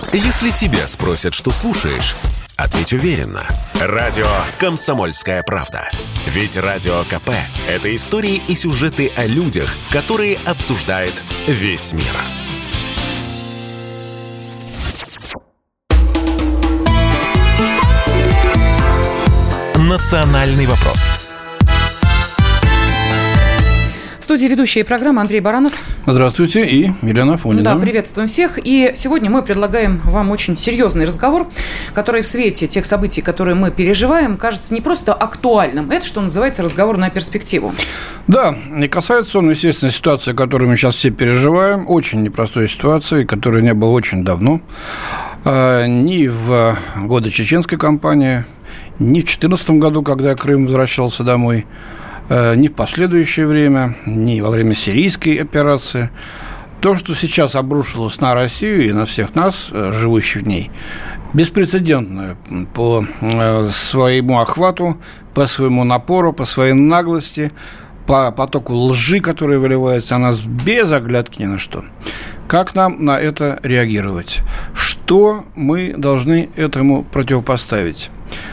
Если тебя спросят, что слушаешь, ответь уверенно. Радио «Комсомольская правда». Ведь Радио КП – это истории и сюжеты о людях, которые обсуждает весь мир. «Национальный вопрос». В студии ведущая программы Андрей Баранов. Здравствуйте, и Елена Афонина. Да, приветствуем всех. И сегодня мы предлагаем вам очень серьезный разговор, который в свете тех событий, которые мы переживаем, кажется не просто актуальным. Это, что называется, разговор на перспективу. Да, и касается он, естественно, ситуации, которую мы сейчас все переживаем, очень непростой ситуации, которой не было очень давно. Ни в годы чеченской кампании, ни в 2014 году, когда Крым возвращался домой, ни в последующее время, ни во время сирийской операции. То, что сейчас обрушилось на Россию и на всех нас, живущих в ней, беспрецедентно по своему охвату, по своему напору, по своей наглости, по потоку лжи, который выливается на нас без оглядки ни на что. Как нам на это реагировать? Что мы должны этому противопоставить?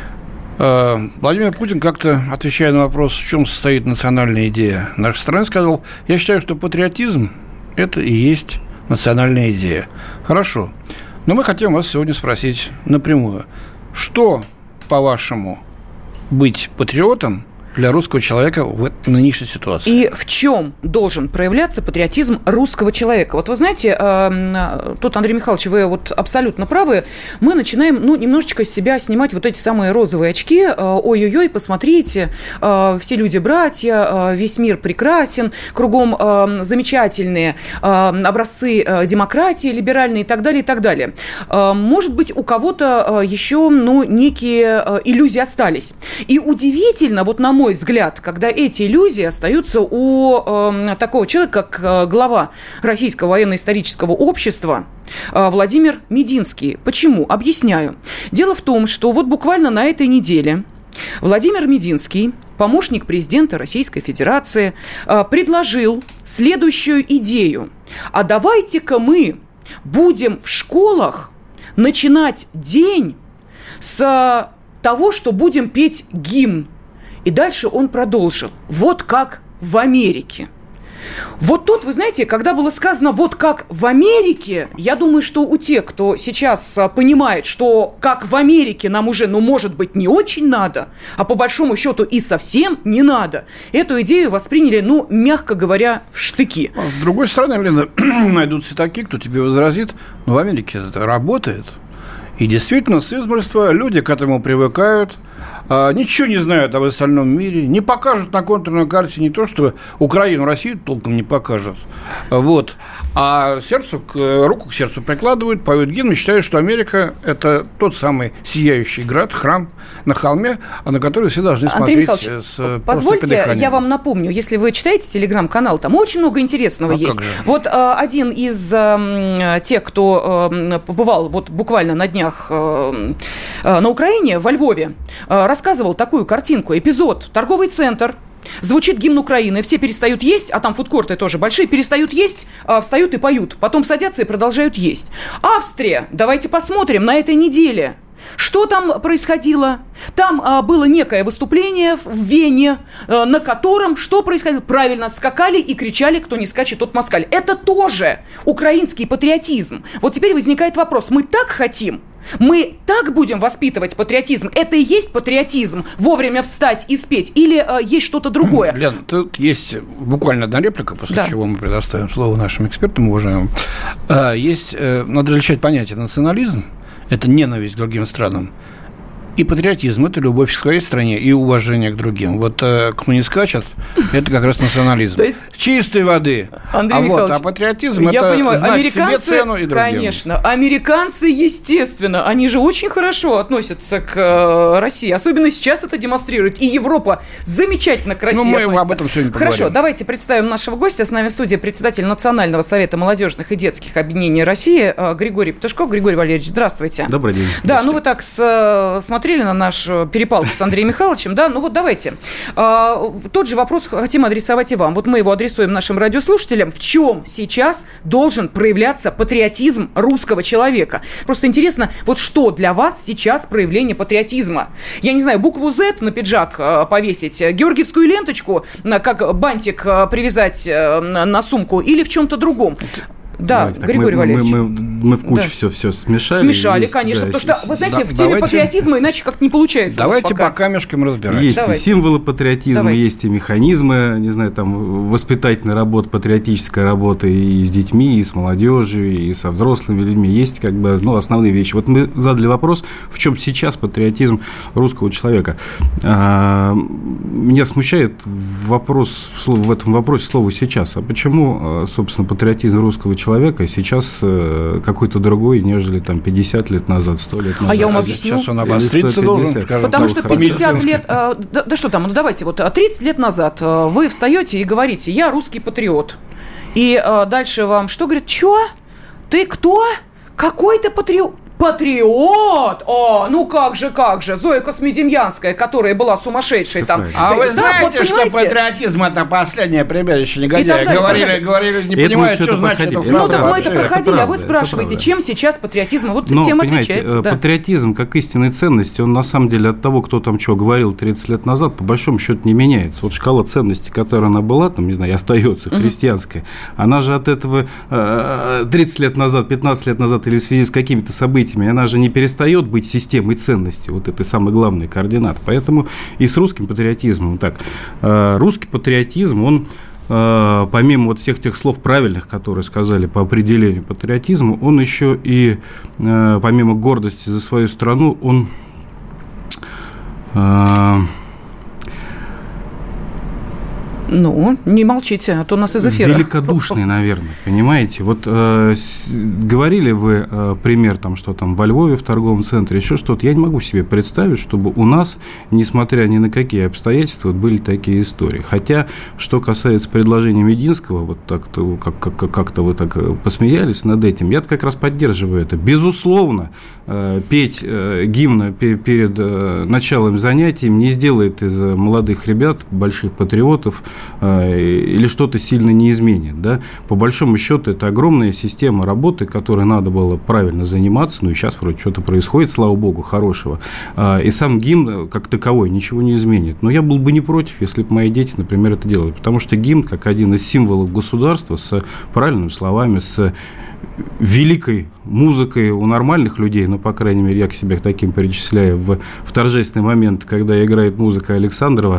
Владимир Путин, как-то отвечая на вопрос, в чем состоит национальная идея нашей страны, сказал: я считаю, что патриотизм – это и есть национальная идея. Хорошо. Но мы хотим вас сегодня спросить напрямую. Что, по-вашему, быть патриотом для русского человека в нынешней ситуации? И в чем должен проявляться патриотизм русского человека? Вот вы знаете, тут, Андрей Михайлович, вы вот абсолютно правы. Мы начинаем, немножечко с себя снимать вот эти самые розовые очки. Ой-ой-ой, посмотрите, все люди братья, весь мир прекрасен, кругом замечательные образцы демократии, либеральные и так далее, и так далее. Может быть, у кого-то еще, некие иллюзии остались. И удивительно, вот на мой взгляд, когда эти иллюзии остаются у такого человека, как глава Российского военно-исторического общества Владимир Мединский. Почему? Объясняю. Дело в том, что вот буквально на этой неделе Владимир Мединский, помощник президента Российской Федерации, предложил следующую идею. А давайте-ка мы будем в школах начинать день с того, что будем петь гимн. И дальше он продолжил. Вот как в Америке. Вот тут, вы знаете, когда было сказано «вот как в Америке», я думаю, что у тех, кто сейчас понимает, что как в Америке нам уже, может быть, не очень надо, а по большому счету и совсем не надо, эту идею восприняли, мягко говоря, в штыки. С другой стороны, Лена, найдутся такие, кто тебе возразит, в Америке это работает. И действительно, с измольства люди к этому привыкают, ничего не знают об остальном мире, не покажут на контурной карте не то, что Украину, Россию толком не покажут. Вот. А руку к сердцу прикладывают, поют гимн и считают, что Америка – это тот самый сияющий град, храм на холме, на который все должны смотреть с позвольте, я вам напомню, если вы читаете телеграм-канал, там очень много интересного есть. Вот один из тех, кто побывал вот буквально на днях на Украине, во Львове, рассказывал такую картинку, эпизод, торговый центр, звучит гимн Украины, все перестают есть, а там фудкорты тоже большие, перестают есть, встают и поют, потом садятся и продолжают есть. Австрия, давайте посмотрим на этой неделе. Что там происходило? Там было некое выступление в Вене, на котором что происходило? Правильно, скакали и кричали: кто не скачет, тот москаль. Это тоже украинский патриотизм. Вот теперь возникает вопрос, мы так хотим? Мы так будем воспитывать патриотизм? Это и есть патриотизм? Вовремя встать и спеть? Или есть что-то другое? Лен, тут есть буквально одна реплика, после чего мы предоставим слово нашим экспертам, уважаемым. Надо различать понятие национализм. Это ненависть к другим странам. И патриотизм – это любовь к своей стране и уважение к другим. Вот кто не скачет, это как раз национализм. То есть чистой воды. Андрей Михайлович, патриотизм – это знать себе цену и другим. Конечно. Американцы, естественно, они же очень хорошо относятся к России. Особенно сейчас это демонстрирует. И Европа замечательно красиво относится. Мы об этом сегодня поговорим. Хорошо, давайте представим нашего гостя. С нами в студии председатель Национального совета молодежных и детских объединений России Григорий Петушков. Григорий Валерьевич, здравствуйте. Добрый день. Да, вы так смотрите посмотрели на нашу перепалку с Андреем Михайловичем, да, ну вот давайте. Тот же вопрос хотим адресовать и вам. Вот мы его адресуем нашим радиослушателям. В чем сейчас должен проявляться патриотизм русского человека? Просто интересно, вот что для вас сейчас проявление патриотизма? Я не знаю, букву Z на пиджак повесить, георгиевскую ленточку, как бантик привязать на сумку или в чем-то другом? Да, Григорий Валерьевич. Мы в кучу все смешали. Смешали, конечно, потому что, вы знаете, в теме патриотизма иначе как-то не получается. Давайте по камешкам разбирать. Есть и символы патриотизма, есть и механизмы, не знаю, там, воспитательной работы, патриотической работы и с детьми, и с молодежью, и со взрослыми людьми. Есть как бы, основные вещи. Вот мы задали вопрос, в чем сейчас патриотизм русского человека. Меня смущает в этом вопросе слово «сейчас». А почему, собственно, патриотизм русского человека сейчас какой-то другой, нежели там 50 лет назад, 100 лет назад? А я вам объясню. Сейчас он обостриться должен, скажем. Потому что 50 лет... Да что там, давайте, 30 лет назад вы встаете и говорите: я русский патриот. И дальше вам что говорят? Чё? Ты кто? Какой ты патриот? Патриот! Ну как же, Зоя Космедемьянская, которая была сумасшедшей там. А вы знаете, вот, что патриотизм – это последнее прибежище негодяя? Говорили, не понимают, что значит это. Ну так мы это проходили, а вы спрашиваете, чем сейчас патриотизм? Вот тем отличается. Патриотизм, как истинная ценность, он на самом деле от того, кто там чего говорил 30 лет назад, по большому счету не меняется. Вот шкала ценностей, которая она была, там, не знаю, и остается, христианская, она же от этого 30 лет назад, 15 лет назад или в связи с какими-то событиями, она же не перестает быть системой ценностей, вот это самый главный координат. Поэтому и с русским патриотизмом так. Русский патриотизм, он помимо вот всех тех слов правильных, которые сказали по определению патриотизма, он еще и помимо гордости за свою страну, он не молчите, а то нас из эфира. Великодушный, наверное, понимаете? Вот говорили вы пример, там, что там во Львове в торговом центре, еще что-то. Я не могу себе представить, чтобы у нас, несмотря ни на какие обстоятельства, были такие истории. Хотя, что касается предложения Мединского, вот так-то, как-то вы так посмеялись над этим, я как раз поддерживаю это. Безусловно, петь гимн перед началом занятий не сделает из молодых ребят больших патриотов или что-то сильно не изменит. Да? По большому счету, это огромная система работы, которой надо было правильно заниматься, и сейчас вроде что-то происходит, слава богу, хорошего. И сам гимн, как таковой, ничего не изменит. Но я был бы не против, если бы мои дети, например, это делали. Потому что гимн, как один из символов государства, с правильными словами, с великой музыкой у нормальных людей, по крайней мере, я к себе таким перечисляю, в торжественный момент, когда играет музыка Александрова,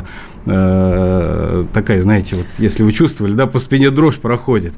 такая, знаете, вот если вы чувствовали, да, по спине дрожь проходит.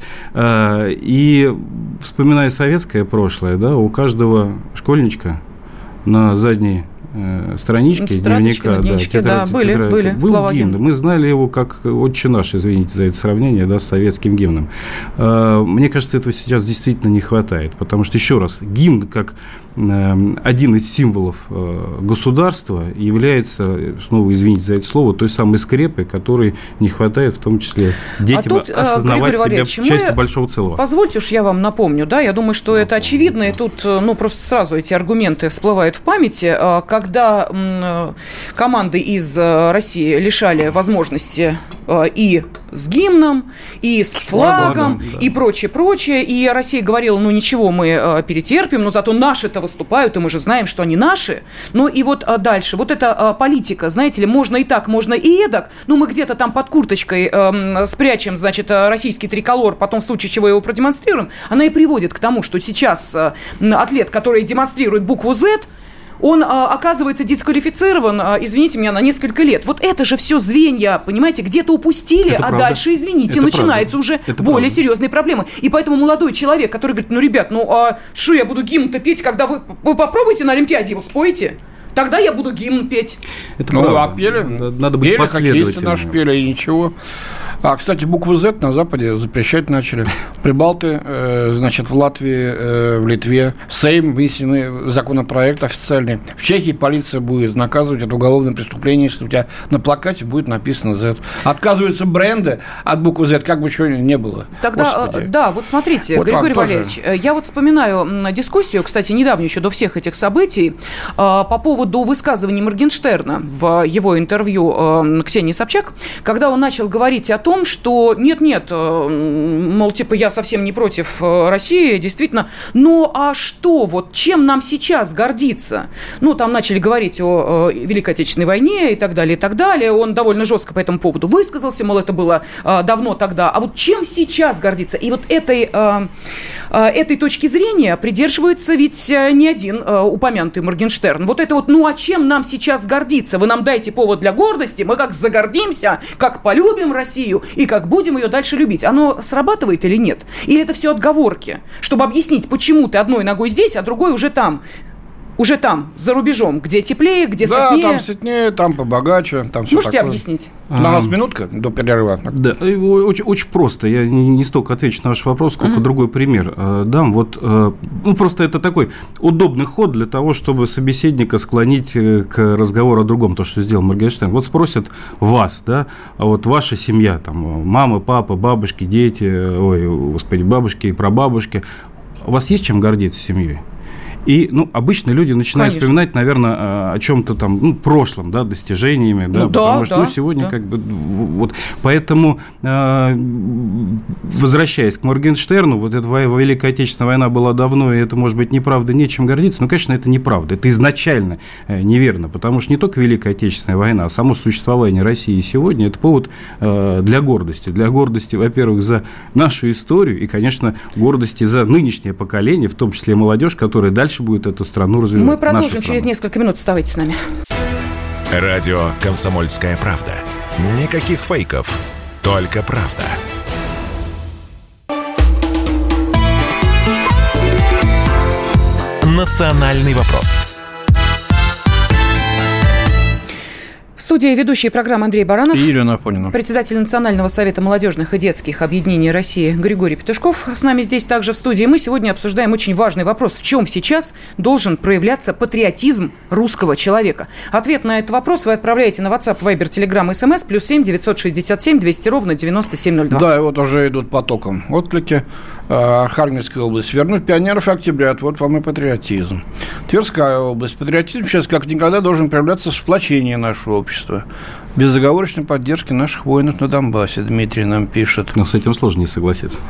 И вспоминая советское прошлое, да, у каждого школьничка на задней странички дневника, были был гимн. Мы знали его как «Отче наш», извините за это сравнение, да, с советским гимном. Мне кажется, этого сейчас действительно не хватает, потому что, еще раз, гимн как один из символов государства является, снова извините за это слово, той самой скрепой, которой не хватает, в том числе детям осознавать себя частью большого целого. Позвольте уж я вам напомню, да, я думаю, что это очевидно, и тут просто сразу эти аргументы всплывают в памяти, когда команды из России лишали возможности и с гимном, и с флагом, и прочее, и Россия говорила, ничего, мы перетерпим, но зато наши-то выступают, и мы же знаем, что они наши. И вот дальше, вот эта политика, знаете ли, можно и так, можно и эдак, мы где-то там под курточкой спрячем, значит, российский триколор, потом в случае чего его продемонстрируем, она и приводит к тому, что сейчас атлет, который демонстрирует букву Z, он оказывается дисквалифицирован, извините меня, на несколько лет. Вот это же все звенья, понимаете, где-то упустили, это правда. Дальше, извините, это начинаются правда. Уже это более правда. Серьезные проблемы. И поэтому молодой человек, который говорит, ребят, что я буду гимн-то петь, когда вы попробуйте на Олимпиаде его споете? Тогда я буду гимн петь. Это пели. Надо быть последовательным. Хоккеисты наши пели, и ничего. А, кстати, букву Z на Западе запрещать начали. Прибалты, значит, в Латвии, в Литве. Сейм вынесены законопроект официальный. В Чехии полиция будет наказывать это уголовное преступление, если у тебя на плакате будет написано Z. Отказываются бренды от буквы Z, как бы чего ни было. Тогда, Господи. да, вот смотрите, вот Григорий Валерьевич, я вот вспоминаю дискуссию, кстати, недавно еще до всех этих событий, по поводу высказываний Моргенштерна в его интервью Ксении Собчак, когда он начал говорить о том, что нет-нет, мол, типа, я совсем не против России, действительно, но а что, вот чем нам сейчас гордиться? Ну, там начали говорить о Великой Отечественной войне и так далее, и так далее. Он довольно жестко по этому поводу высказался, мол, это было давно тогда. А вот чем сейчас гордиться? И вот этой точки зрения придерживается ведь не один упомянутый Моргенштерн. Вот это вот, ну а чем нам сейчас гордиться? Вы нам дайте повод для гордости, мы как загордимся, как полюбим Россию и как будем ее дальше любить. Оно срабатывает или нет? Или это все отговорки, чтобы объяснить, почему ты одной ногой здесь, а другой уже там, за рубежом, где теплее, где сытнее. Да, там сытнее, там побогаче, там все Можете такое. объяснить? У нас минутка до перерыва. Да, очень, очень просто. Я не столько отвечу на ваш вопрос, сколько другой пример дам. Вот, ну, просто это такой удобный ход для того, чтобы собеседника склонить к разговору о другом, то, что сделал Моргенштерн. Вот спросят вас, да, а вот ваша семья, там, мама, папа, бабушки, дети, бабушки и прабабушки, у вас есть чем гордиться семьей? И, ну, обычно люди начинают вспоминать, наверное, о чем-то там, прошлом, да, достижениями, да, потому что, сегодня как бы, вот, поэтому, возвращаясь к Моргенштерну, вот эта Великая Отечественная война была давно, и это, может быть, неправда, нечем гордиться, но, конечно, это неправда, это изначально неверно, потому что не только Великая Отечественная война, а само существование России сегодня – это повод для гордости, во-первых, за нашу историю и, конечно, гордости за нынешнее поколение, в том числе молодежь, которая дальше будет эту страну развивать. Мы продолжим через несколько минут. Оставайтесь с нами. Радио «Комсомольская правда». Никаких фейков, только правда. «Национальный вопрос». В студии ведущий программы Андрей Баранов. И Елена Афонина. Председатель Национального совета молодежных и детских объединений России Григорий Петушков. С нами здесь также в студии. Мы сегодня обсуждаем очень важный вопрос. В чем сейчас должен проявляться патриотизм русского человека? Ответ на этот вопрос вы отправляете на WhatsApp, Viber, Telegram, SMS, +7 967 200 ровно 9702. Да, и вот уже идут потоком отклики. Архангельская область. Вернуть пионеров и октябрят. Вот вам и патриотизм. Тверская область. Патриотизм сейчас как никогда должен проявляться в сплочении нашего общества. Безоговорочной поддержки наших воинов на Донбассе. Дмитрий нам пишет. Но с этим сложно не согласиться.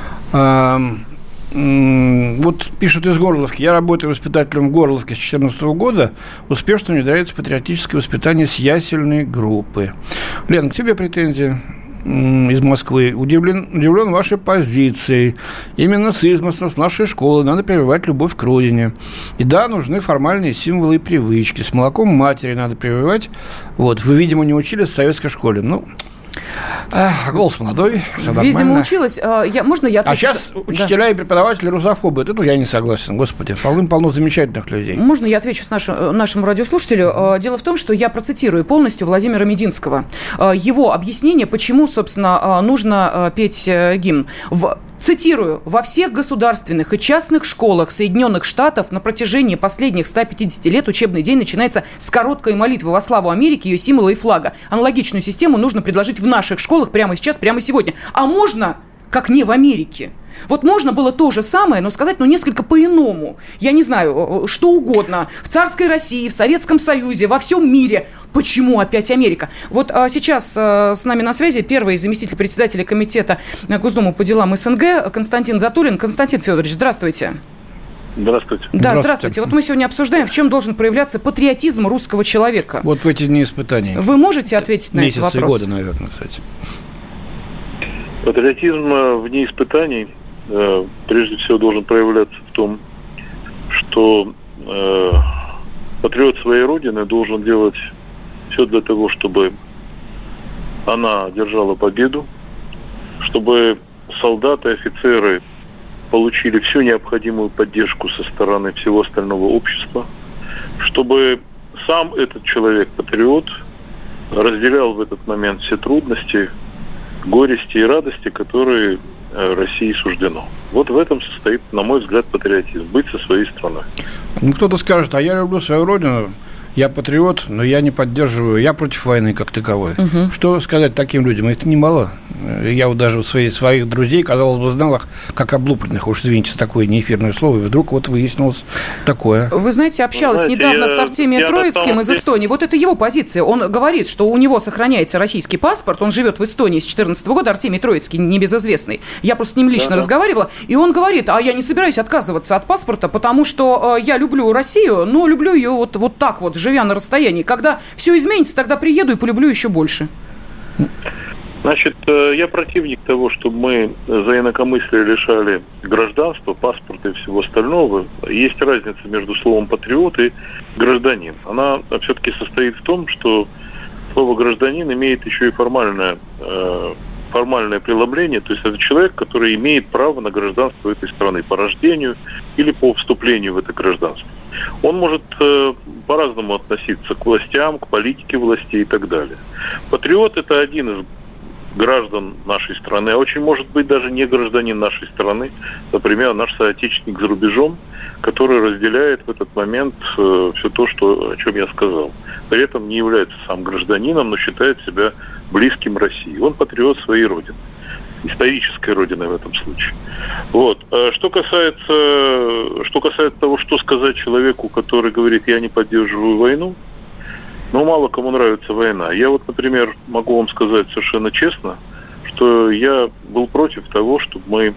Вот пишут из Горловки. Я работаю воспитателем в Горловке с 2014 года. Успешно внедряется патриотическое воспитание с ясельной группы. Лен, к тебе претензии из Москвы. Удивлен вашей позицией. Именно с измыслом нашей школы надо прививать любовь к родине. И да, нужны формальные символы и привычки. С молоком матери надо прививать. Вот. Вы, видимо, не учились в советской школе. Голос молодой. Видимо, училась. Можно я отвечу? А сейчас учителя и преподаватели русофобы. Это я не согласен, господи. Полно замечательных людей. Можно я отвечу нашему радиослушателю? Дело в том, что я процитирую полностью Владимира Мединского. Его объяснение, почему, собственно, нужно петь гимн. Цитирую. «Во всех государственных и частных школах Соединенных Штатов на протяжении последних 150 лет учебный день начинается с короткой молитвы во славу Америки, ее символа и флага. Аналогичную систему нужно предложить в наших школах прямо сейчас, прямо сегодня. А можно, как не в Америке?» Вот можно было то же самое, но сказать, несколько по-иному. Я не знаю, что угодно. В царской России, в Советском Союзе, во всем мире. Почему опять Америка? Вот сейчас с нами на связи первый заместитель председателя комитета Госдумы по делам СНГ Константин Затулин. Константин Федорович, здравствуйте. Здравствуйте. Да, здравствуйте. Вот мы сегодня обсуждаем, в чем должен проявляться патриотизм русского человека. Вот в эти дни испытаний. Вы можете ответить на этот вопрос? Месяцы и годы, наверное, кстати. Патриотизм вне испытаний прежде всего должен проявляться в том, что патриот своей родины должен делать все для того, чтобы она одержала победу, чтобы солдаты, офицеры получили всю необходимую поддержку со стороны всего остального общества, чтобы сам этот человек, патриот, разделял в этот момент все трудности, горести и радости, которые России суждено. Вот в этом состоит, на мой взгляд, патриотизм. Быть со своей страной. Ну, кто-то скажет, а я люблю свою родину, я патриот, но я не поддерживаю, я против войны как таковой. Угу. Что сказать таким людям? Это немало. Я вот даже своих друзей, казалось бы, знал их как облупленных, уж извините за такое неэфирное слово, и вдруг вот выяснилось такое. Вы знаете, общалась недавно с Артемием Троицким из Эстонии. Вот это его позиция. Он говорит, что у него сохраняется российский паспорт, он живет в Эстонии с 2014 года, Артемий Троицкий, небезызвестный. Я просто с ним лично разговаривала, и он говорит, а я не собираюсь отказываться от паспорта, потому что я люблю Россию, но люблю ее вот так вот, живя на расстоянии. Когда все изменится, тогда приеду и полюблю еще больше. Значит, я противник того, чтобы мы за инакомыслие лишали гражданства, паспорта и всего остального. Есть разница между словом «патриот» и «гражданин». Она все-таки состоит в том, что слово «гражданин» имеет еще и формальное преломление, то есть это человек, который имеет право на гражданство этой страны по рождению или по вступлению в это гражданство. Он может по-разному относиться к властям, к политике властей и так далее. Патриот – это один из граждан нашей страны, а очень может быть даже не гражданин нашей страны, например, наш соотечественник за рубежом, который разделяет в этот момент все то, о чем я сказал. При этом не является сам гражданином, но считает себя близким России. Он патриот своей родины, исторической родины в этом случае. Вот. Что касается того, что сказать человеку, который говорит, я не поддерживаю войну, но мало кому нравится война. Я вот, например, могу вам сказать совершенно честно, что я был против того, чтобы мы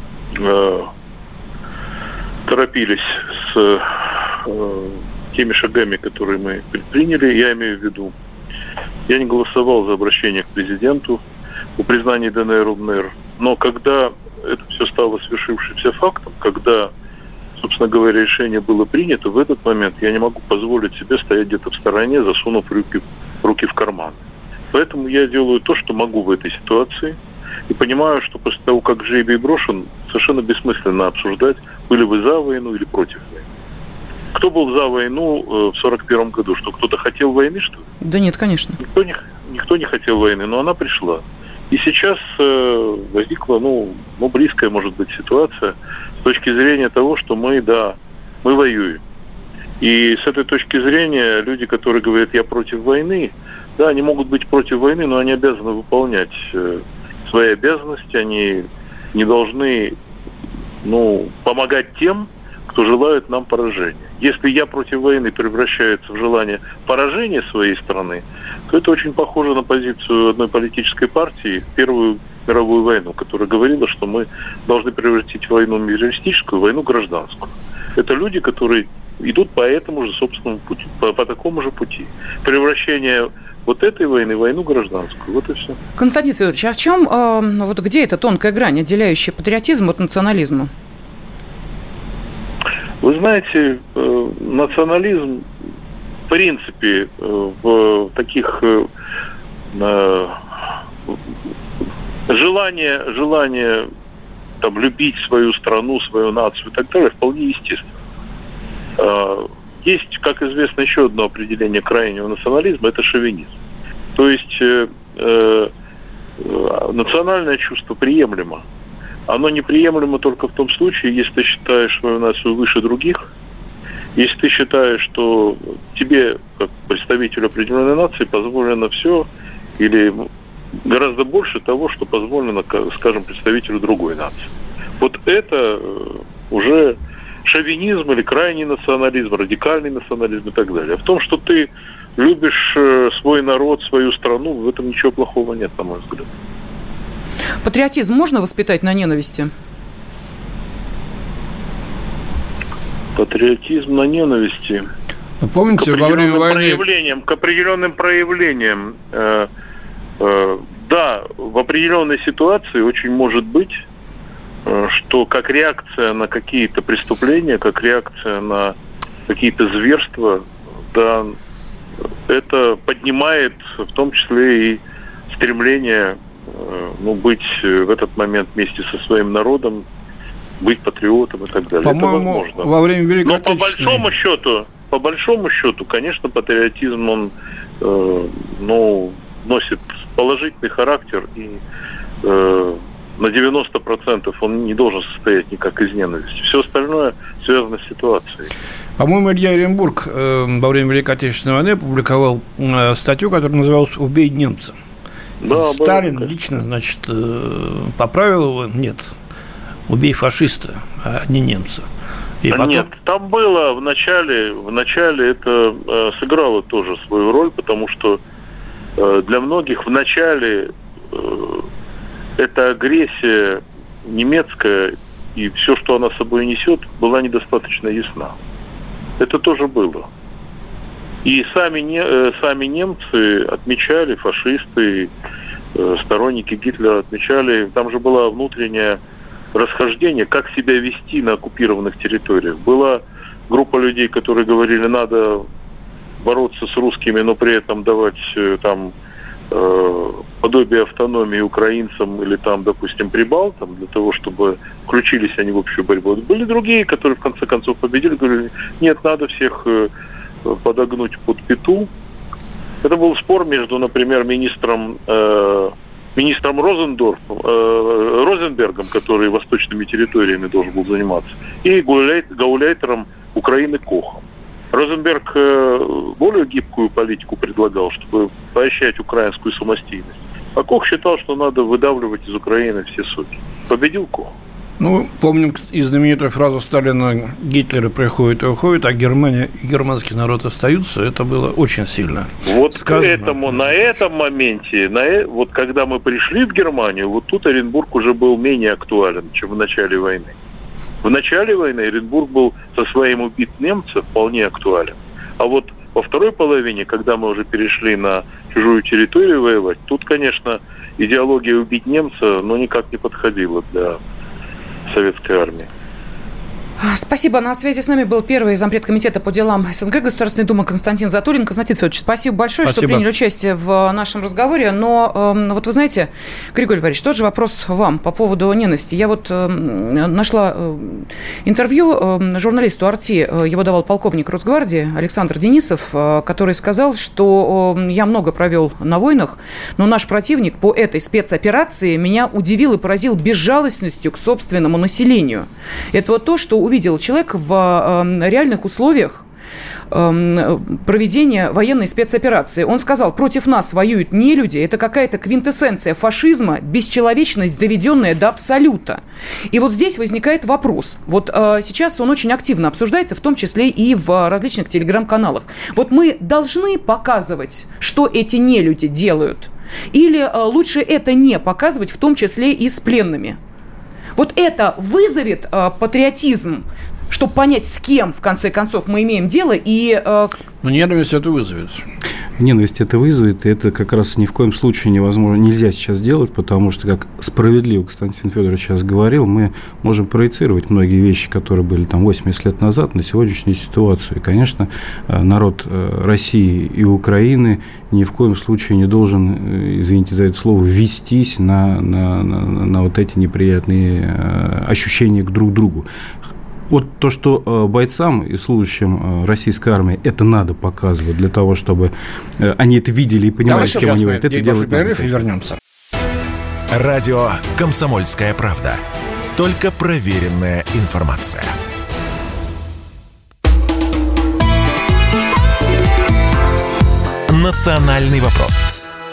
торопились с теми шагами, которые мы предприняли. Я имею в виду, я не голосовал за обращение к президенту о признании ДНР, ЛНР, но когда это все стало свершившимся фактом, когда, собственно говоря, решение было принято, в этот момент я не могу позволить себе стоять где-то в стороне, засунув руки в карман. Поэтому я делаю то, что могу в этой ситуации, и понимаю, что после того, как жребий брошен, совершенно бессмысленно обсуждать, были вы за войну или против войны. Кто был за войну в 1941 году? Что, кто-то хотел войны, что ли? Да нет, конечно. Никто не хотел войны, но она пришла. И сейчас возникла, близкая, может быть, ситуация с точки зрения того, что мы воюем. И с этой точки зрения люди, которые говорят, я против войны, да, они могут быть против войны, но они обязаны выполнять свои обязанности, они не должны, помогать тем, кто желает нам поражения. Если я против войны превращается в желание поражения своей страны, то это очень похоже на позицию одной политической партии в Первую мировую войну, которая говорила, что мы должны превратить войну милитаристическую в войну гражданскую. Это люди, которые идут по этому же собственному пути, по такому же пути. Превращение вот этой войны в войну гражданскую. Вот и все. Константин Федорович, а в чем, где эта тонкая грань, отделяющая патриотизм от национализма? Вы знаете, национализм, в принципе, в таких желание там, любить свою страну, свою нацию и так далее, вполне естественно. Есть, как известно, еще одно определение крайнего национализма – это шовинизм. То есть национальное чувство приемлемо. Оно неприемлемо только в том случае, если ты считаешь свою нацию выше других, если ты считаешь, что тебе, как представителю определенной нации, позволено все или гораздо больше того, что позволено, скажем, представителю другой нации. Вот это уже шовинизм или крайний национализм, радикальный национализм и так далее. А в том, что ты любишь свой народ, свою страну, в этом ничего плохого нет, на мой взгляд. Патриотизм можно воспитать на ненависти? Патриотизм на ненависти. Вы помните, во время войны... К определенным проявлениям, да, в определенной ситуации очень может быть, что как реакция на какие-то преступления, как реакция на какие-то зверства, да, это поднимает в том числе и стремление быть в этот момент вместе со своим народом, быть патриотом и так далее. По-моему, это возможно. Во время Великой Отечественной... Но по большому счету, конечно, патриотизм, он носит положительный характер и на 90% он не должен состоять никак из ненависти. Все остальное связано с ситуацией. По-моему, Илья Оренбург во время Великой Отечественной войны опубликовал статью, которая называлась «Убей немца». Да, Сталин лично, значит, поправил его. Нет, убей фашиста, а не немца. И потом... Нет, там было в начале это сыграло тоже свою роль, потому что для многих в начале эта агрессия немецкая и все, что она собой несет, была недостаточно ясна. Это тоже было. И сами немцы отмечали, фашисты, сторонники Гитлера отмечали, там же было внутреннее расхождение, как себя вести на оккупированных территориях. Была группа людей, которые говорили, надо бороться с русскими, но при этом давать там подобие автономии украинцам или там, допустим, прибалтам, для того, чтобы включились они в общую борьбу. Были другие, которые в конце концов победили, говорили, нет, надо всех подогнуть под пяту. Это был спор между, например, министром Розенбергом, который восточными территориями должен был заниматься, и гауляйтером Украины Кохом. Розенберг более гибкую политику предлагал, чтобы поощрять украинскую самостоятельность. А Кох считал, что надо выдавливать из Украины все соки. Победил Кох. Ну, помним и знаменитую фразу Сталина: Гитлер приходит и уходит, а Германия и германский народ остаются. Это было очень сильно вот сказано. Поэтому на этом моменте, вот когда мы пришли в Германию, вот тут Оренбург уже был менее актуален, чем в начале войны. В начале войны Оренбург был со своим «Убить немца» вполне актуален. А вот во второй половине, когда мы уже перешли на чужую территорию воевать, тут, конечно, идеология «Убить немца» никак не подходила для советской армии. Спасибо. На связи с нами был первый зампред комитета по делам СНГ Государственной Думы Константин Затулин. Константин Федорович, спасибо большое, что приняли участие в нашем разговоре. Но вот вы знаете, Григорий Валерьевич, тот же вопрос вам по поводу ненависти. Я вот нашла интервью журналисту «Арти», его давал полковник Росгвардии Александр Денисов, который сказал, что я много провел на войнах, но наш противник по этой спецоперации меня удивил и поразил безжалостностью к собственному населению. Это вот то, что увидел человек в реальных условиях проведения военной спецоперации. Он сказал, против нас воюют нелюди, это какая-то квинтэссенция фашизма, бесчеловечность, доведенная до абсолюта. И вот здесь возникает вопрос. Вот сейчас он очень активно обсуждается, в том числе и в различных телеграм-каналах. Вот мы должны показывать, что эти нелюди делают? Или лучше это не показывать, в том числе и с пленными? Вот это вызовет патриотизм, чтобы понять, с кем, в конце концов, мы имеем дело, и... ненависть это вызовет. Ненависть это вызовет, и это как раз ни в коем случае нельзя сейчас делать, потому что, как справедливо Константин Федорович сейчас говорил, мы можем проецировать многие вещи, которые были там 80 лет назад, на сегодняшнюю ситуацию. И, конечно, народ России и Украины ни в коем случае не должен, извините за это слово, ввестись на вот эти неприятные ощущения к друг другу. Вот то, что бойцам и служащим российской армии это надо показывать для того, чтобы они это видели и понимали, с кем они воюют. Это делать надо. И вернемся. Радио «Комсомольская правда». Только проверенная информация. «Национальный вопрос».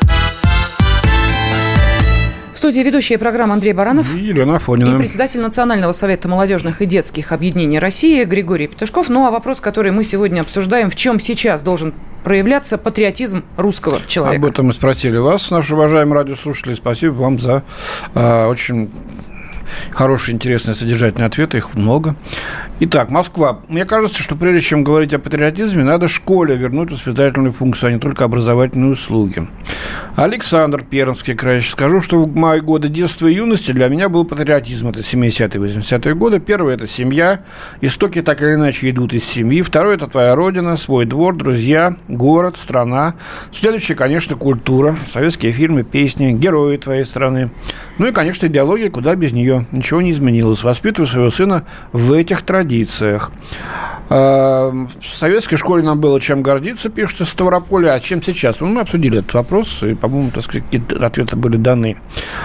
В студии ведущая программы Андрей Баранов и Елена Афонина. И председатель Национального совета молодежных и детских объединений России Григорий Петушков. Ну, а вопрос, который мы сегодня обсуждаем, в чем сейчас должен проявляться патриотизм русского человека? Об этом мы спросили вас, наши уважаемые радиослушатели. Спасибо вам за очень хорошие, интересные, содержательные ответы. Их много. Итак, Москва. Мне кажется, что прежде чем говорить о патриотизме, надо школе вернуть воспитательную функцию, а не только образовательные услуги. Александр, Пермский край. Скажу, что в мои годы детства и юности для меня был патриотизм. Это 70-е, 80-е годы. Первое – это семья. Истоки так или иначе идут из семьи. Второе – это твоя родина, свой двор, друзья, город, страна. Следующее, конечно, культура. Советские фильмы, песни, герои твоей страны. Ну и, конечно, идеология, куда без нее. Ничего не изменилось. Воспитываю своего сына в этих традициях. В советской школе нам было чем гордиться, пишет из Ставрополя, а чем сейчас? Ну, мы обсудили этот вопрос, и, по-моему, так сказать, какие-то ответы были даны.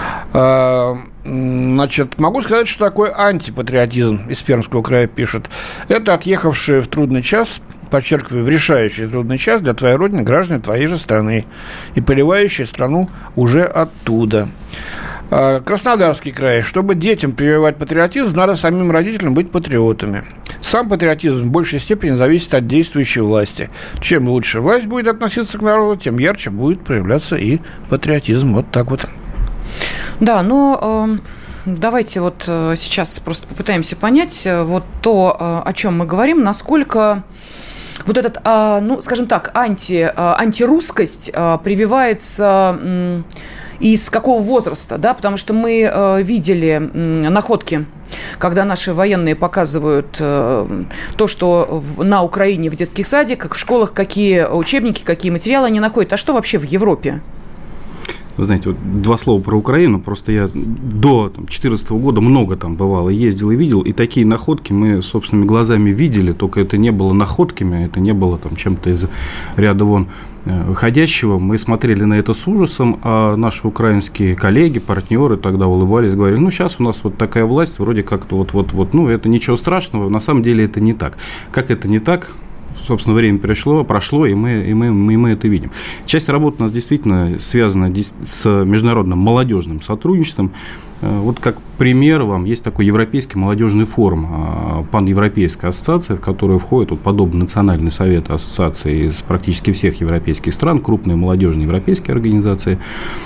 Значит, могу сказать, что такое антипатриотизм, из Пермского края пишет. Это отъехавшие в трудный час, подчеркиваю, в решающий трудный час для твоей родины граждане твоей же страны и поливающие страну уже оттуда. Краснодарский край. Чтобы детям прививать патриотизм, надо самим родителям быть патриотами. Сам патриотизм в большей степени зависит от действующей власти. Чем лучше власть будет относиться к народу, тем ярче будет проявляться и патриотизм. Вот так вот. Да, но давайте вот сейчас просто попытаемся понять вот то, о чем мы говорим, насколько вот этот, ну, скажем так, антирусскость прививается и с какого возраста, да, потому что мы видели находки, когда наши военные показывают то, что на Украине в детских садиках, в школах, какие учебники, какие материалы они находят. А что вообще в Европе? Вы знаете, вот два слова про Украину. Просто я до 2014 года много там бывало, ездил и видел, и такие находки мы собственными глазами видели, только это не было находками, это не было там чем-то из ряда вон выходящего. Мы смотрели на это с ужасом, а наши украинские коллеги, партнеры тогда улыбались, говорили, ну, сейчас у нас вот такая власть, вроде как-то вот, ну, это ничего страшного, на самом деле это не так. Как это не так? Собственно, время прошло, и мы это видим. Часть работы у нас действительно связана с международным молодежным сотрудничеством. Вот как пример вам есть такой Европейский молодежный форум, паневропейская ассоциация, в которую входит вот подобный национальный совет ассоциаций из практически всех европейских стран, крупные молодежные европейские организации,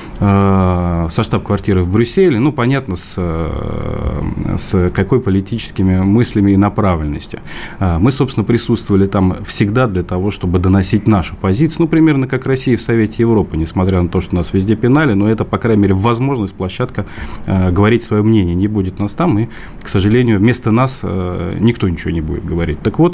со штаб-квартиры в Брюсселе, ну, понятно, с какой политическими мыслями и направленностью. Мы, собственно, присутствовали там всегда для того, чтобы доносить нашу позицию, ну, примерно как Россия в Совете Европы, несмотря на то, что нас везде пинали, но это, по крайней мере, возможность, площадка говорить свое мнение. Не будет нас там, и, к сожалению, вместо нас никто ничего не будет говорить. Так вот,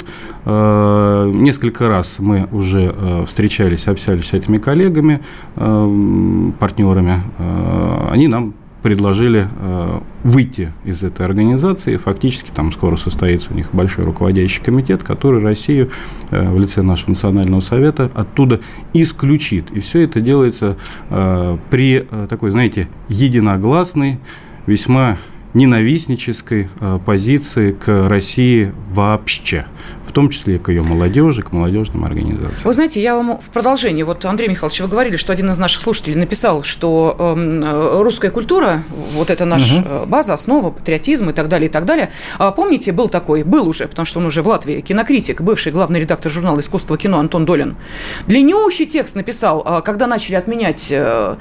несколько раз мы уже встречались, общались с этими коллегами, партнерами. Они нам предложили выйти из этой организации. Фактически там скоро состоится у них большой руководящий комитет, который Россию в лице нашего национального совета оттуда исключит. И все это делается при такой, знаете, единогласной, весьма ненавистнической позиции к России вообще, в том числе и к ее молодежи, к молодежным организациям. Вы знаете, я вам в продолжении, вот, Андрей Михайлович, вы говорили, что один из наших слушателей написал, что русская культура, вот это наша база, основа, патриотизм и так далее, и так далее. Помните, был уже, потому что он уже в Латвии, кинокритик, бывший главный редактор журнала «Искусство кино» Антон Долин. Длиннющий текст написал, когда начали отменять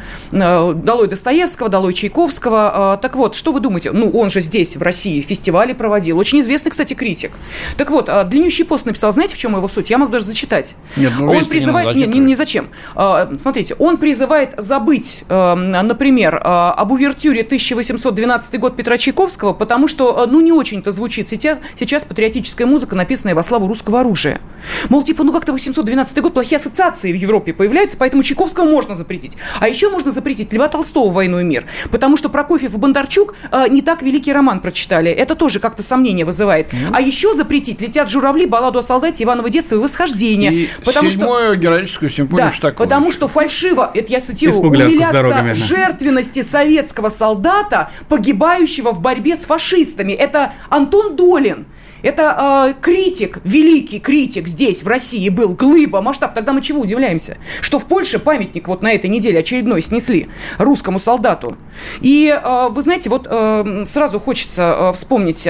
«Долой Достоевского», «Долой Чайковского». Так вот, что вы думаете? Ну, он же здесь, в России, фестивали проводил. Очень известный, кстати, критик. Так вот, длиннющий пост написал. Знаете, в чем его суть? Я могу даже зачитать. Нет, ну, он призывает... Не зачем. Смотрите, он призывает забыть, например, об увертюре 1812 год Петра Чайковского, потому что, ну, не очень-то звучит сейчас патриотическая музыка, написанная во славу русского оружия. Мол, типа, ну, как-то 812 год плохие ассоциации в Европе появляются, поэтому Чайковского можно запретить. А еще можно запретить Льва Толстого «Войну и мир», потому что Прокофьев и Бондарчук не так великий роман прочитали. Это тоже как-то сомнение вызывает. А еще запретить «Летят журавли», балладу о солдате, Иваново детство и восхождение. И седьмую героическую симфонию Шостаковича. Потому что фальшиво, это я цитирую, умиляться жертвенности советского солдата, погибающего в борьбе с фашистами. Это Антон Долин. Это критик, великий критик здесь, в России был, глыба, масштаб. Тогда мы чего удивляемся? Что в Польше памятник вот на этой неделе очередной снесли русскому солдату. И вы знаете, вот сразу хочется вспомнить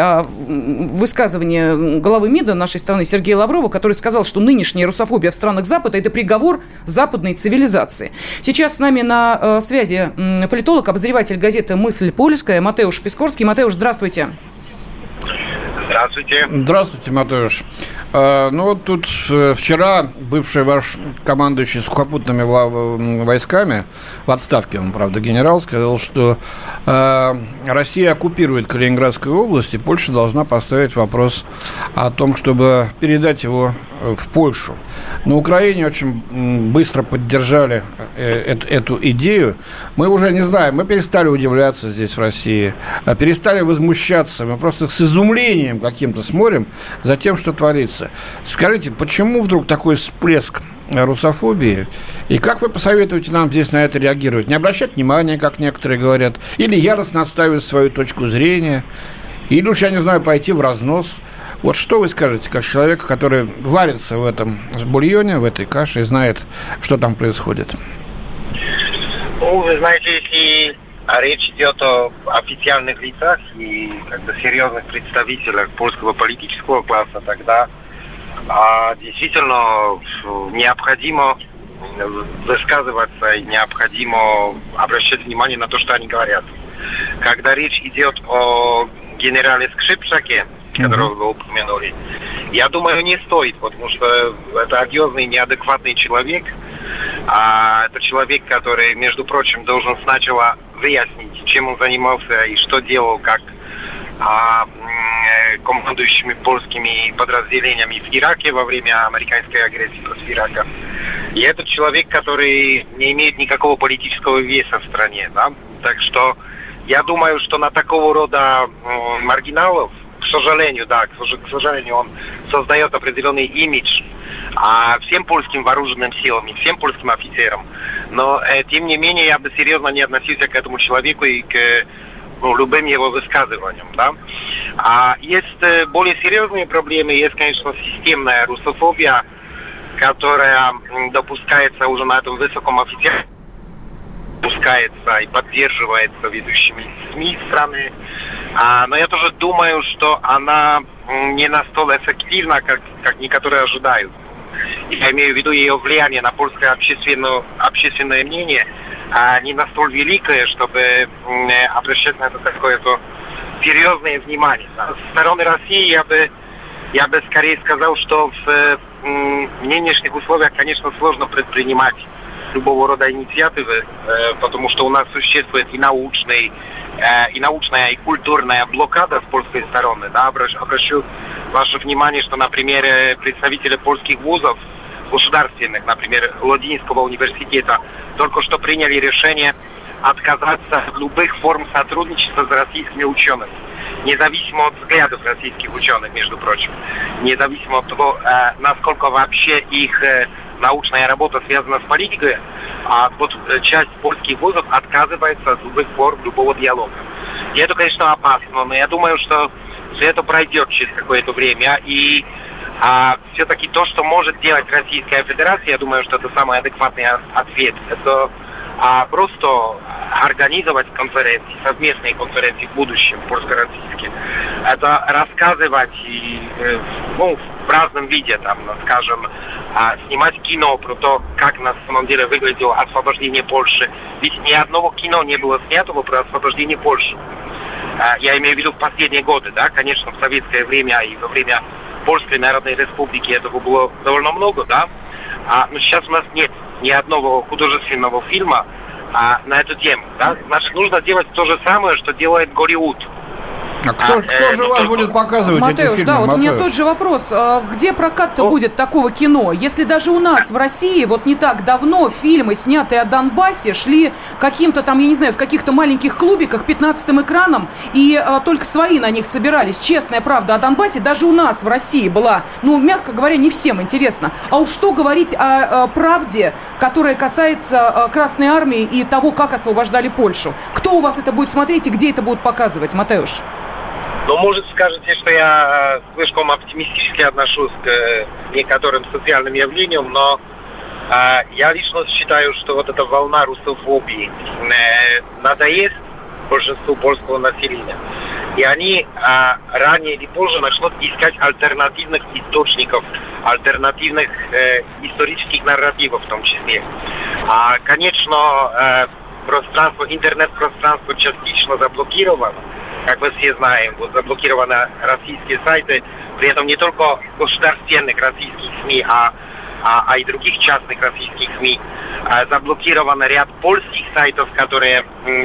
высказывание главы МИДа нашей страны Сергея Лаврова, который сказал, что нынешняя русофобия в странах Запада – это приговор западной цивилизации. Сейчас с нами на связи политолог, обозреватель газеты «Мысль польская» Матеуш Пискорский. Матеуш, здравствуйте. Здравствуйте. Здравствуйте, Матеуш. Ну вот тут вчера бывший ваш командующий сухопутными войсками, в отставке он, правда, генерал, сказал, что Россия оккупирует Калининградскую область, и Польша должна поставить вопрос о том, чтобы передать его в Польшу. На Украине очень быстро поддержали эту идею, мы уже не знаем, мы перестали удивляться здесь, в России, перестали возмущаться, мы просто с изумлением каким-то смотрим за тем, что творится. Скажите, почему вдруг такой всплеск русофобии, и как вы посоветуете нам здесь на это реагировать? Не обращать внимания, как некоторые говорят, или яростно отстаивать свою точку зрения, или уж, я не знаю, пойти в разнос? Вот что вы скажете, как человек, который варится в этом бульоне, в этой каше и знает, что там происходит? Ну, вы знаете, если речь идет о официальных лицах и серьезных представителях польского политического класса, тогда действительно необходимо высказываться и необходимо обращать внимание на то, что они говорят. Когда речь идет о генерале Скрипшаке, которого вы упомянули, я думаю, не стоит, потому что это одиозный, неадекватный человек. Это человек, который, между прочим, должен сначала выяснить, чем он занимался и что делал, как командующими польскими подразделениями в Ираке во время американской агрессии против Ирака. И этот человек, который не имеет никакого политического веса в стране, да? Так что я думаю, что на такого рода маргиналов, к сожалению, он создает определенный имидж всем польским вооруженным силам и всем польским офицерам. Но, тем не менее, я бы серьезно не относился к этому человеку и к любым его высказываниям. Да? Есть более серьезные проблемы. Есть, конечно, системная русофобия, которая допускается уже на этом высоком офицере, допускается и поддерживается ведущими СМИ страны. Но я тоже думаю, что она не настолько эффективна, как некоторые ожидают. Я имею в виду ее влияние на польское общественное мнение, не настолько великое, чтобы обращать на это какое-то серьезное внимание. Со стороны России я бы скорее сказал, что в нынешних условиях, конечно, сложно предпринимать любого рода инициативы, потому что у нас существует и научная, и культурная блокада с польской стороны. Да? Обращу ваше внимание, что, например, представители польских вузов государственных, например, Лодинского университета, только что приняли решение отказаться от любых форм сотрудничества с российскими учеными, независимо от взглядов российских ученых, между прочим, независимо от того, насколько вообще их научная работа связана с политикой, часть польских вузов отказывается от любых форм, любого диалога. И это, конечно, опасно, но я думаю, что все это пройдет через какое-то время, и все-таки то, что может делать Российская Федерация, я думаю, что это самый адекватный ответ. Это просто организовать конференции, совместные конференции в будущем, польско-российские. Это рассказывать в разном виде, скажем, снимать кино про то, как на самом деле выглядело освобождение Польши. Ведь ни одного кино не было снято про освобождение Польши. Я имею в виду в последние годы, да, конечно, в советское время и во время Польской Народной Республики этого было довольно много, да, но сейчас у нас нет ни одного художественного фильма на эту тему, да. Значит, нужно делать то же самое, что делает Голливуд. Кто же вас будет показывать эти фильмы? Да, вот у меня тот же вопрос. Где прокат-то будет такого кино? Если даже у нас в России вот не так давно фильмы, снятые о Донбассе, шли каким-то там, я не знаю, в каких-то маленьких клубиках 15-м экраном, и только свои на них собирались. Честная правда о Донбассе даже у нас в России была, мягко говоря, не всем интересно. А уж что говорить о правде, которая касается Красной Армии и того, как освобождали Польшу? Кто у вас это будет смотреть и где это будут показывать, Матеуш? Может, скажете, что я слишком оптимистически отношусь к некоторым социальным явлениям, но я лично считаю, что вот эта волна русофобии надоест большинству польского населения. И они ранее или позже начнут искать альтернативных источников, альтернативных исторических нарративов в том числе. Конечно, интернет-пространство частично заблокировано. Как мы все знаем, заблокированы российские сайты, при этом не только государственных российских СМИ, а и других частных российских СМИ. Заблокирован ряд польских сайтов, которые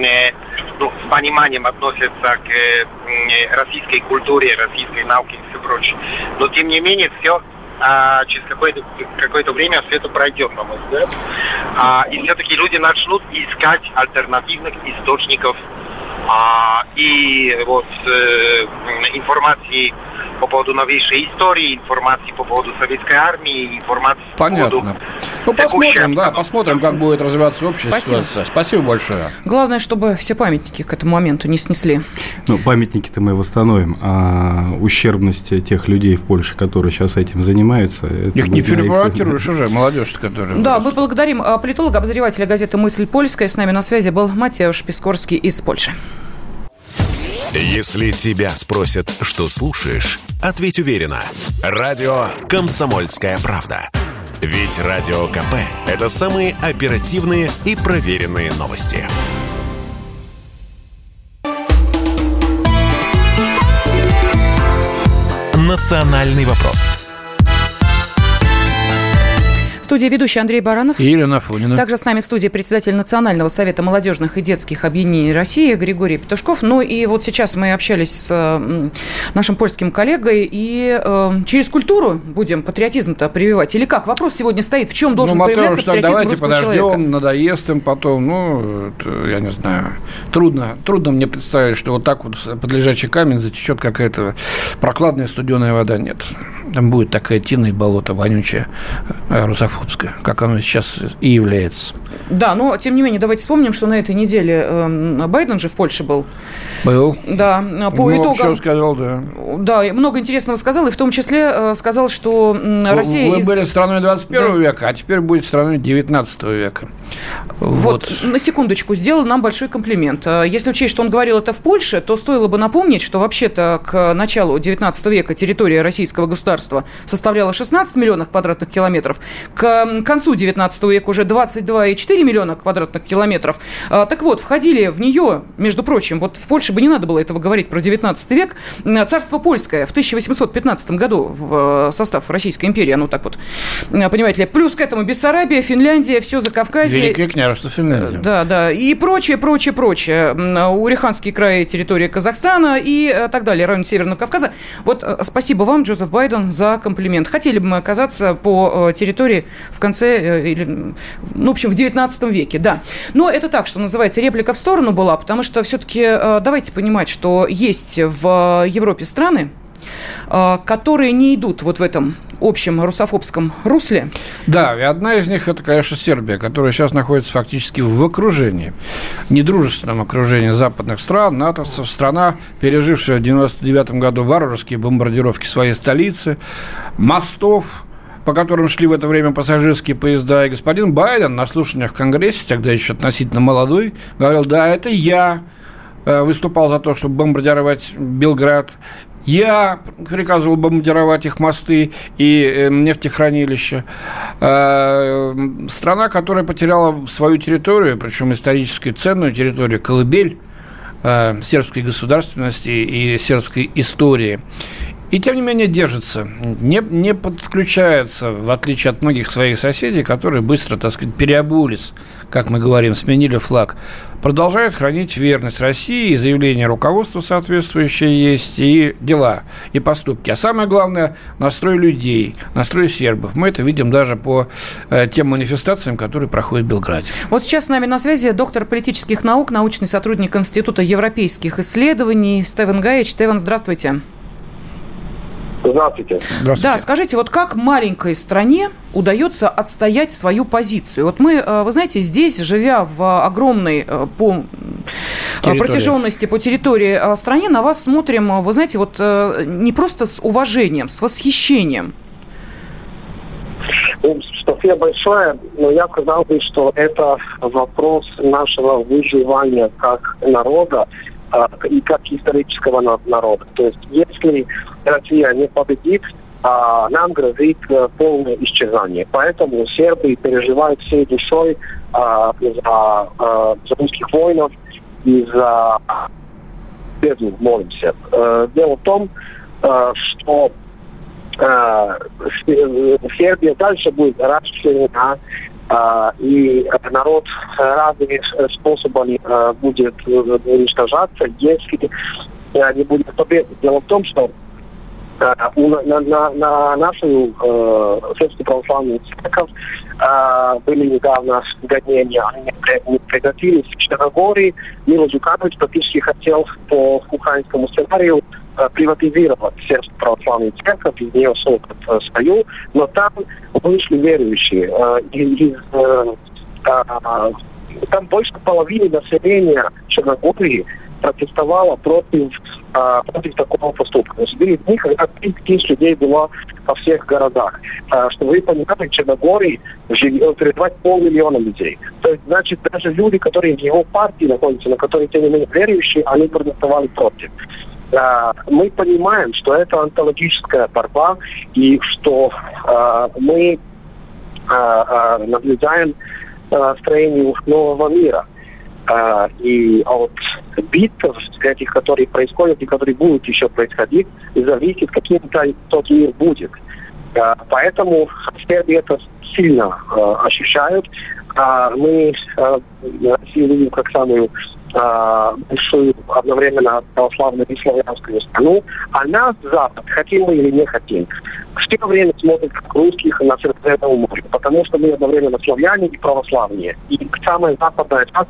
с пониманием относятся к российской культуре, российской науке и все прочее. Но тем не менее все через какое-то время все это пройдет, на мой взгляд. И все-таки люди начнут искать альтернативных источников и вот информации по поводу новейшей истории, информации по поводу советской армии, информации по поводу... Понятно. Посмотрим, как будет развиваться общая ситуация. Спасибо большое. Главное, чтобы все памятники к этому моменту не снесли. Памятники-то мы восстановим, а ущербность тех людей в Польше, которые сейчас этим занимаются... Их не переформатируешь уже, молодежь, которая... Да, мы благодарим политолога, обозревателя газеты «Мысль польская». С нами на связи был Матеуш Пискорский из Польши. Если тебя спросят, что слушаешь, ответь уверенно. Радио «Комсомольская правда». Ведь Радио КП – это самые оперативные и проверенные новости. «Национальный вопрос». В студии ведущий Андрей Баранов. И Елена Афонина. Также с нами в студии председатель Национального совета молодежных и детских объединений России Григорий Петушков. Ну и вот сейчас мы общались с нашим польским коллегой и через культуру будем патриотизм-то прививать. Или как? Вопрос сегодня стоит. В чем должен проявляться патриотизм русского человека? Давайте подождем, надоест им потом. Я не знаю. Трудно мне представить, что вот так вот под лежачий камень затечет какая-то прохладная студеная вода. Нет. Там будет такая тина и болото вонючее, русофобское, как оно сейчас и является. Да, но тем не менее, давайте вспомним, что на этой неделе Байден же в Польше был. Был. Да, по итогам... Все сказал, да. Да, много интересного сказал, и в том числе сказал, что Россия... Вы были страной 21 века, а теперь будет страной 19 века. Вот, на секундочку, сделал нам большой комплимент. Если учесть, что он говорил это в Польше, то стоило бы напомнить, что вообще-то к началу 19 века территория российского государства составляла 16 миллионов квадратных километров, к концу 19 века уже 22,4 миллиона квадратных километров. Так вот, входили в нее, между прочим, вот в Польше бы не надо было этого говорить про 19 век, царство польское в 1815 году в состав Российской империи, оно так вот, понимаете ли, плюс к этому Бессарабия, Финляндия, все Закавказье. Великое княжество Финляндия. Да, и прочее. Уриханский край, территория Казахстана и так далее, район Северного Кавказа. Вот спасибо вам, Джозеф Байден, за комплимент. Хотели бы мы оказаться по территории в конце, в общем, в 19 веке, да. Но это так, что называется, реплика в сторону была, потому что все-таки давайте понимать, что есть в Европе страны, которые не идут вот в этом общем русофобском русле. Да, и одна из них – это, конечно, Сербия, которая сейчас находится фактически в окружении, недружественном окружении западных стран, натовцев, страна, пережившая в 1999 году варварские бомбардировки своей столицы, мостов, по которым шли в это время пассажирские поезда. И господин Байден на слушаниях в Конгрессе, тогда еще относительно молодой, говорил: да, это я выступал за то, чтобы бомбардировать Белград. Я приказывал бомбардировать их мосты и нефтехранилища. Страна, которая потеряла свою территорию, причем исторически ценную территорию, колыбель сербской государственности и сербской истории. И, тем не менее, держится, не подключается, в отличие от многих своих соседей, которые быстро, так сказать, переобулись, как мы говорим, сменили флаг. Продолжает хранить верность России, и заявления руководства соответствующие есть, и дела, и поступки. А самое главное – настрой людей, настрой сербов. Мы это видим даже по тем манифестациям, которые проходят в Белграде. Вот сейчас с нами на связи доктор политических наук, научный сотрудник Института европейских исследований Стевен Гаич. Стевен, здравствуйте. Здравствуйте. Да, скажите, вот как маленькой стране удается отстоять свою позицию? Вот мы, вы знаете, здесь, живя в огромной по протяженности, по территории стране, на вас смотрим, вы знаете, вот не просто с уважением, с восхищением. Спасибо большое. Но я сказал бы, что это вопрос нашего выживания как народа и как исторического народа. То есть, если Россия не победит, нам грозит полное исчезание. Поэтому сербы переживают всей душой за русских воинов и за победу молимся. Дело в том, что Сербия дальше будет расчленена, и народ разными способами будет уничтожаться, если не будет победы. Дело в том, что на нашу Сербскую православную церковь были недавно гонения, они не прекратились. В Черногории Мило Дюканович практически хотел по украинскому сценарию приватизировать Сербскую православную церковь, из нее создать свою, но там вышли верующие. Там больше половины населения Черногории протестовала против такого поступка. То есть были дни, когда 30 тысяч людей было во всех городах. Чтобы вы понимали, в Черногории переживает 500 000 людей. То есть, значит, даже люди, которые в его партии находятся, но которые, тем не менее, верующие, они протестовали против. Мы понимаем, что это онтологическая борьба, и что мы наблюдаем строению нового мира. И от битв, этих, которые происходят и которые будут еще происходить, зависит, каким тот мир будет. Поэтому все это сильно ощущают. Мы Россию видим как самую большую одновременно православную и славянскую страну, а нас, Запад, хотим мы или не хотим, все время смотрят как русских на Средиземном море, потому что мы одновременно славяне и православные. И самая западная часть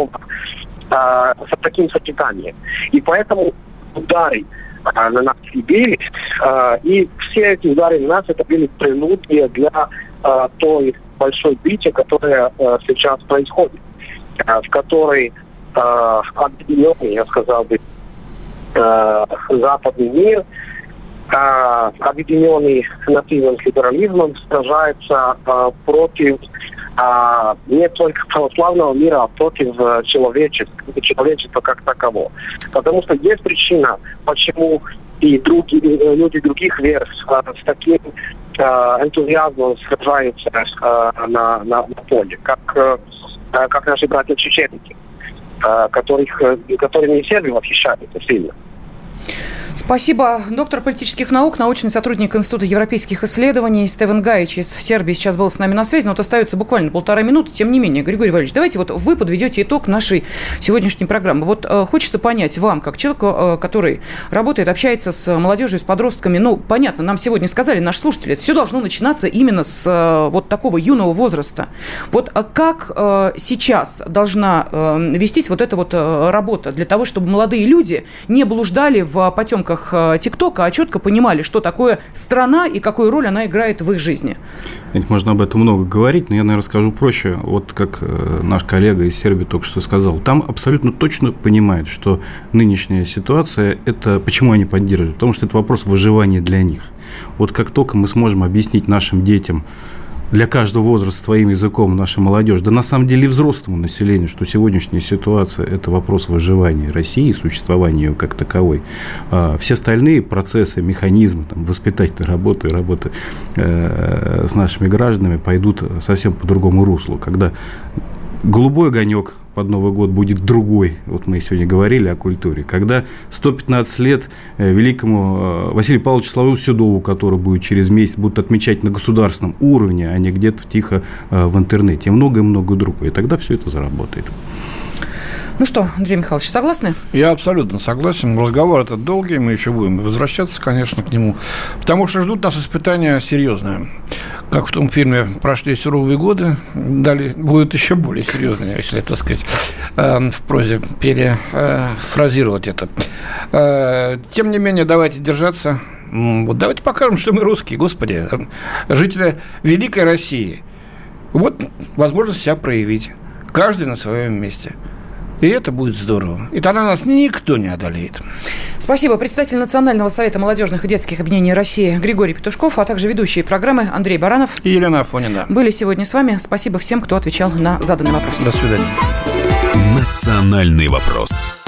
с таким сочетанием. И поэтому удары на нас и били, и все эти удары на нас, это были прелюдия для той большой битвы, которая сейчас происходит, в которой объединенный, я сказал бы, западный мир, объединенный нацизмом с либерализмом, сражается против не только православного мира, а против человечества как такового. Потому что есть причина, почему и люди других вер с таким энтузиазмом сражаются на поле, как наши братья-чеченцы, которыми и Сербия восхищается сильно. Спасибо. Доктор политических наук, научный сотрудник Института европейских исследований Стевен Гаич из Сербии сейчас был с нами на связи, но вот остается буквально 1,5 минуты. Тем не менее, Григорий Валерьевич, давайте вот вы подведете итог нашей сегодняшней программы. Вот хочется понять вам, как человеку, который работает, общается с молодежью, с подростками, ну, понятно, нам сегодня сказали наши слушатели, это все должно начинаться именно с вот такого юного возраста. Вот как сейчас должна вестись вот эта вот работа для того, чтобы молодые люди не блуждали в потемках ТикТока, а четко понимали, что такое страна и какую роль она играет в их жизни? Можно об этом много говорить, но я, наверное, скажу проще. Вот как наш коллега из Сербии только что сказал. Там абсолютно точно понимают, что нынешняя ситуация – это почему они поддерживают? Потому что это вопрос выживания для них. Вот как только мы сможем объяснить нашим детям, для каждого возраста своим языком наша молодежь, да на самом деле и взрослому населению, что сегодняшняя ситуация – это вопрос выживания России, существования ее как таковой. Все остальные процессы, механизмы, там, воспитательной работы с нашими гражданами пойдут совсем по другому руслу. Когда голубой огонек под Новый год будет другой. Вот мы сегодня говорили о культуре. Когда 115 лет великому Василию Павловичу Славу-Седову, который будет через месяц, будут отмечать на государственном уровне, а не где-то тихо в интернете. И многое-многое другое. И тогда все это заработает. Ну что, Андрей Михайлович, согласны? Я абсолютно согласен. Разговор этот долгий, мы еще будем возвращаться, конечно, к нему. Потому что ждут нас испытания серьезные. Как в том фильме «Прошли суровые годы», далее будут еще более серьезные, если, так сказать, в прозе перефразировать это. Тем не менее, давайте держаться. Вот давайте покажем, что мы русские, господи, жители великой России. Вот возможность себя проявить. Каждый на своем месте. И это будет здорово. И тогда нас никто не одолеет. Спасибо. Председатель Национального совета молодежных и детских объединений России Григорий Петушков, а также ведущие программы Андрей Баранов и Елена Афонина были сегодня с вами. Спасибо всем, кто отвечал на заданный вопрос. До свидания. Национальный вопрос.